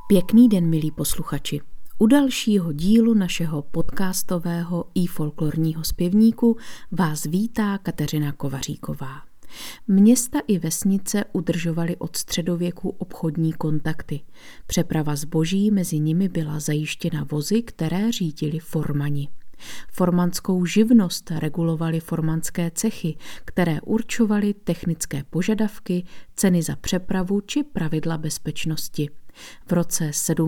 Pěkný den, milí posluchači. U dalšího dílu našeho podcastového i folklorního zpěvníku vás vítá Kateřina Kovaříková. Města i vesnice udržovaly od středověku obchodní kontakty. Přeprava zboží mezi nimi byla zajištěna vozy, které řídili formani. Formanskou živnost regulovaly formanské cechy, které určovaly technické požadavky, ceny za přepravu či pravidla bezpečnosti. V roce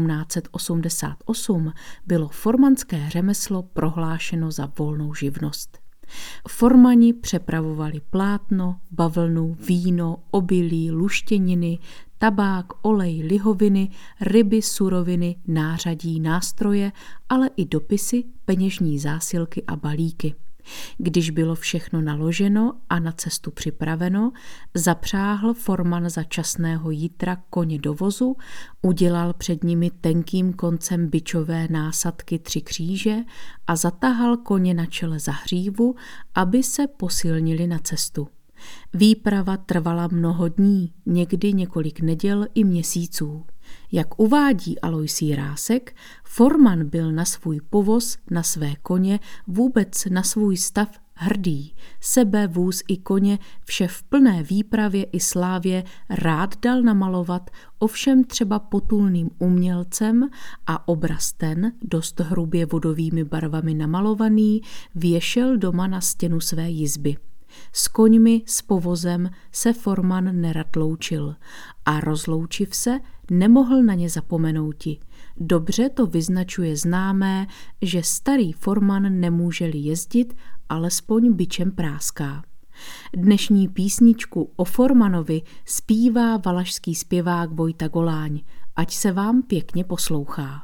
1788 bylo formanské řemeslo prohlášeno za volnou živnost. Formani přepravovali plátno, bavlnu, víno, obilí, luštěniny, tabák, olej, lihoviny, ryby, suroviny, nářadí, nástroje, ale i dopisy, peněžní zásilky a balíky. Když bylo všechno naloženo a na cestu připraveno, zapřáhl forman za časného jitra koně do vozu, udělal před nimi tenkým koncem bičové násadky 3 kříže a zatahal koně na čele za hřívu, aby se posilnili na cestu. Výprava trvala mnoho dní, někdy několik neděl i měsíců. Jak uvádí Aloisí Rásek, forman byl na svůj povoz, na své koně, vůbec na svůj stav hrdý. Sebe, vůz i koně, vše v plné výpravě i slávě rád dal namalovat, ovšem třeba potulným umělcem a obraz ten, dost hrubě vodovými barvami namalovaný, věšel doma na stěnu své jizby. S koňmi, s povozem se forman nerad loučil a rozloučiv se, nemohl na ně zapomenouti. Dobře to vyznačuje známé, že starý forman nemůže-li jezdit, alespoň bičem práská. Dnešní písničku o formanovi zpívá valašský zpěvák Vojta Goláň. Ať se vám pěkně poslouchá.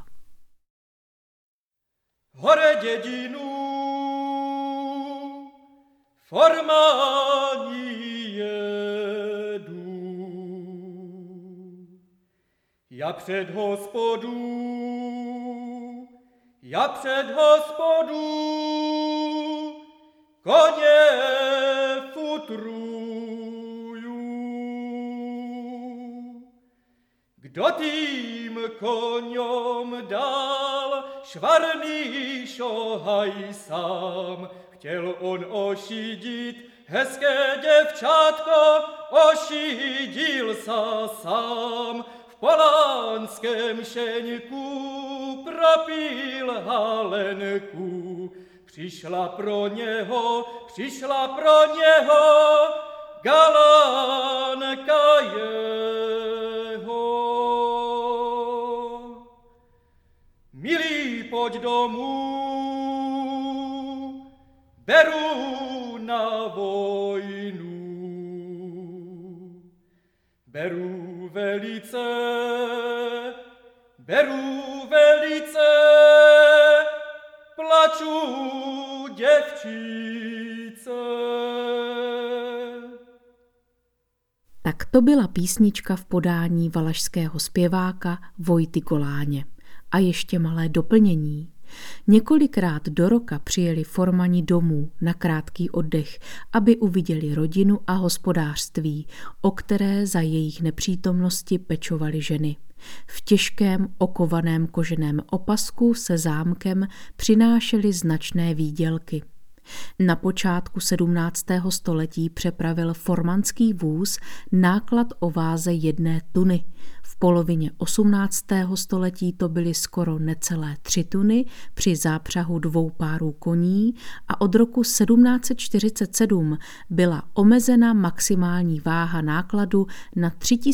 Hore dědinu formani jedu, já před hospodu, koně futruju. Kdo tým koňom dal švarný šohaj sám, chtěl on ošidit hezké děvčátko, ošidil sa sám. V polánském šeňku propil halenku. Přišla pro něho galánka jeho. Milý, pojď domů, beru na vojnu, beru velice, plaču děvčice. Tak to byla písnička v podání valašského zpěváka Vojty Goláně. A ještě malé doplnění. Několikrát do roka přijeli formani domů na krátký oddech, aby uviděli rodinu a hospodářství, o které za jejich nepřítomnosti pečovaly ženy. V těžkém okovaném koženém opasku se zámkem přinášely značné výdělky. Na počátku 17. století přepravil formanský vůz náklad o váze 1 tuny. V polovině 18. století to byly skoro necelé 3 tuny při zápřahu 2 párů koní a od roku 1747 byla omezena maximální váha nákladu na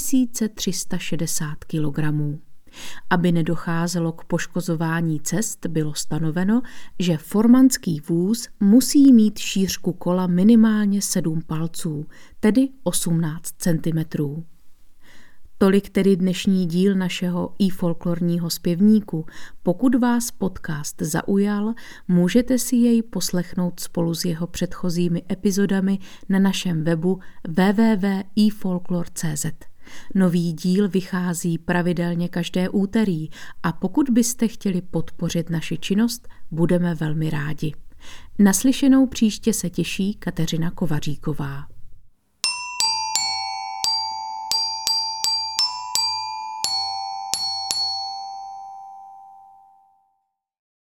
3360 kg. Aby nedocházelo k poškozování cest, bylo stanoveno, že formanský vůz musí mít šířku kola minimálně 7 palců, tedy 18 cm. Tolik tedy dnešní díl našeho i folklorního zpěvníku. Pokud vás podcast zaujal, můžete si jej poslechnout spolu s jeho předchozími epizodami na našem webu www.ifolklor.cz. Nový díl vychází pravidelně každé úterý a pokud byste chtěli podpořit naši činnost, budeme velmi rádi. Naslyšenou příště se těší Kateřina Kovaříková.